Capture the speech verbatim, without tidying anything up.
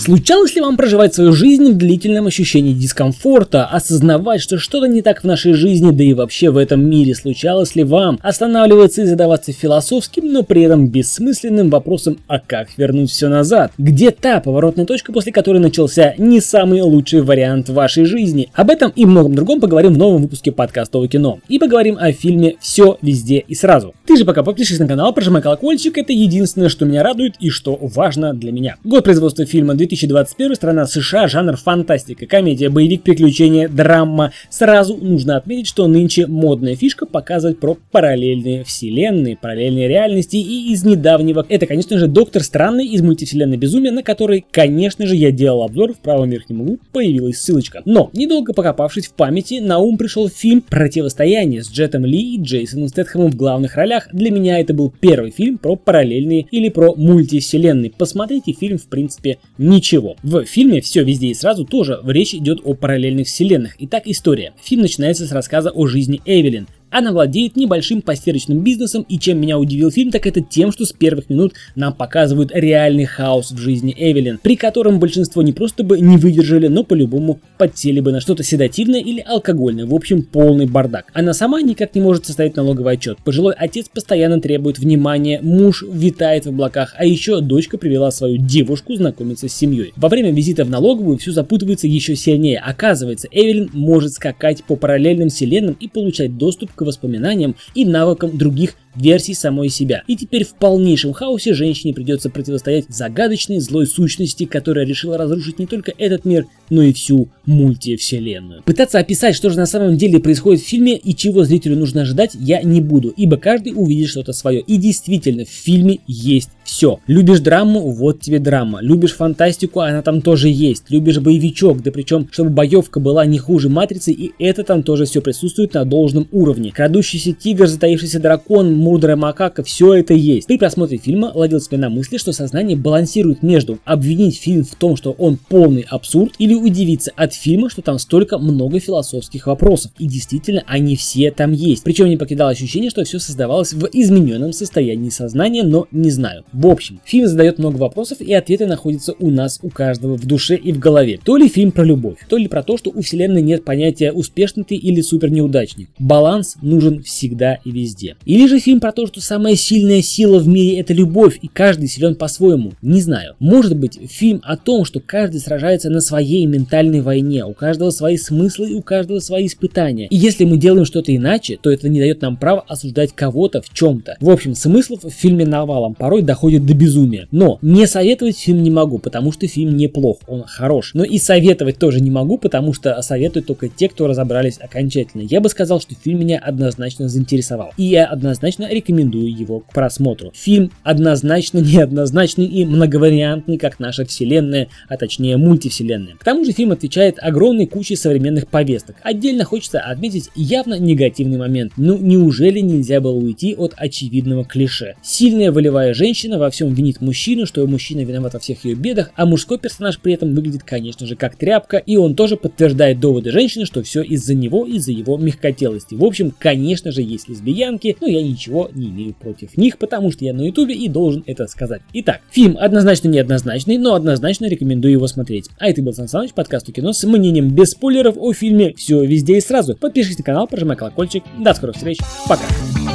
Случалось ли вам проживать свою жизнь в длительном ощущении дискомфорта, осознавать, что что-то не так в нашей жизни, да и вообще в этом мире? Случалось ли вам останавливаться и задаваться философским, но при этом бессмысленным вопросом, а как вернуть все назад? Где та поворотная точка, после которой начался не самый лучший вариант вашей жизни? Об этом и многом другом поговорим в новом выпуске подкаста о кино. И поговорим о фильме «Все, везде и сразу». Ты же пока подпишись на канал, прожимай колокольчик, это единственное, что меня радует и что важно для меня. Год производства фильма две тысячи двадцать первый, страна США, жанр фантастика, комедия, боевик, приключения, драма. Сразу нужно отметить, что нынче модная фишка показывать про параллельные вселенные, параллельные реальности, и из недавнего это, конечно же, Доктор Странный из мультивселенной Безумия, на который, конечно же, я делал обзор, в правом верхнем углу появилась ссылочка. Но, недолго покопавшись в памяти, на ум пришел фильм «Противостояние» с Джетом Ли и Джейсоном Стэтхэмом в главных ролях. Для меня это был первый фильм про параллельные или про мультивселенные. Посмотрите фильм, в принципе, ничего. В фильме «Все, везде и сразу» тоже речь идет о параллельных вселенных. Итак, история. Фильм начинается с рассказа о жизни Эвелин. Она владеет небольшим постирочным бизнесом, и чем меня удивил фильм, так это тем, что с первых минут нам показывают реальный хаос в жизни Эвелин, при котором большинство не просто бы не выдержали, но по-любому подсели бы на что-то седативное или алкогольное, в общем, полный бардак. Она сама никак не может составить налоговый отчет, пожилой отец постоянно требует внимания, муж витает в облаках, а еще дочка привела свою девушку знакомиться с семьей. Во время визита в налоговую все запутывается еще сильнее. Оказывается, Эвелин может скакать по параллельным вселенным и получать доступ к воспоминаниям и навыкам других версий самой себя. И теперь в полнейшем хаосе женщине придется противостоять загадочной злой сущности, которая решила разрушить не только этот мир, но и всю мультивселенную. Пытаться описать, что же на самом деле происходит в фильме и чего зрителю нужно ожидать, я не буду, ибо каждый увидит что-то свое. И действительно, в фильме есть все. Любишь драму? Вот тебе драма. Любишь фантастику? Она там тоже есть. Любишь боевичок? Да причем, чтобы боевка была не хуже Матрицы, и это там тоже все присутствует на должном уровне. Крадущийся тигр, затаившийся дракон, мудрая макака, все это есть. При просмотре фильма ловил себя на мысли, что сознание балансирует между обвинить фильм в том, что он полный абсурд, или удивиться от фильма, что там столько много философских вопросов. И действительно, они все там есть. Причем не покидало ощущение, что все создавалось в измененном состоянии сознания, но не знаю. В общем, фильм задает много вопросов, и ответы находятся у нас, у каждого в душе и в голове. То ли фильм про любовь, то ли про то, что у вселенной нет понятия успешный ты или супер неудачник. Баланс нужен всегда и везде. Или же фильм про то, что самая сильная сила в мире — это любовь, и каждый силен по-своему. Не знаю. Может быть, фильм о том, что каждый сражается на своей ментальной войне, у каждого свои смыслы и у каждого свои испытания. И если мы делаем что-то иначе, то это не дает нам права осуждать кого-то в чем-то. В общем, смыслов в фильме навалом, порой доходит до безумия. Но не советовать фильм не могу, потому что фильм неплох, он хорош. Но и советовать тоже не могу, потому что советуют только те, кто разобрались окончательно. Я бы сказал, что фильм меня однозначно заинтересовал. И я однозначно рекомендую его к просмотру. Фильм однозначно неоднозначный и многовариантный, как наша вселенная, а точнее мультивселенная. К тому же фильм отвечает огромной куче современных повесток. Отдельно хочется отметить явно негативный момент. Ну неужели нельзя было уйти от очевидного клише? Сильная волевая женщина во всем винит мужчину, что мужчина виноват во всех ее бедах, а мужской персонаж при этом выглядит, конечно же, как тряпка, и он тоже подтверждает доводы женщины, что все из-за него, из-за его мягкотелости. В общем, конечно же, есть лесбиянки, но я ничего не имею против них, потому что я на ютубе и должен это сказать. Итак, фильм однозначно неоднозначный, но однозначно рекомендую его смотреть. А это был Сан Саныч, подкаст о кино с мнением без спойлеров о фильме «Все, везде и сразу». Подпишись на канал, прожимай колокольчик. До скорых встреч, пока!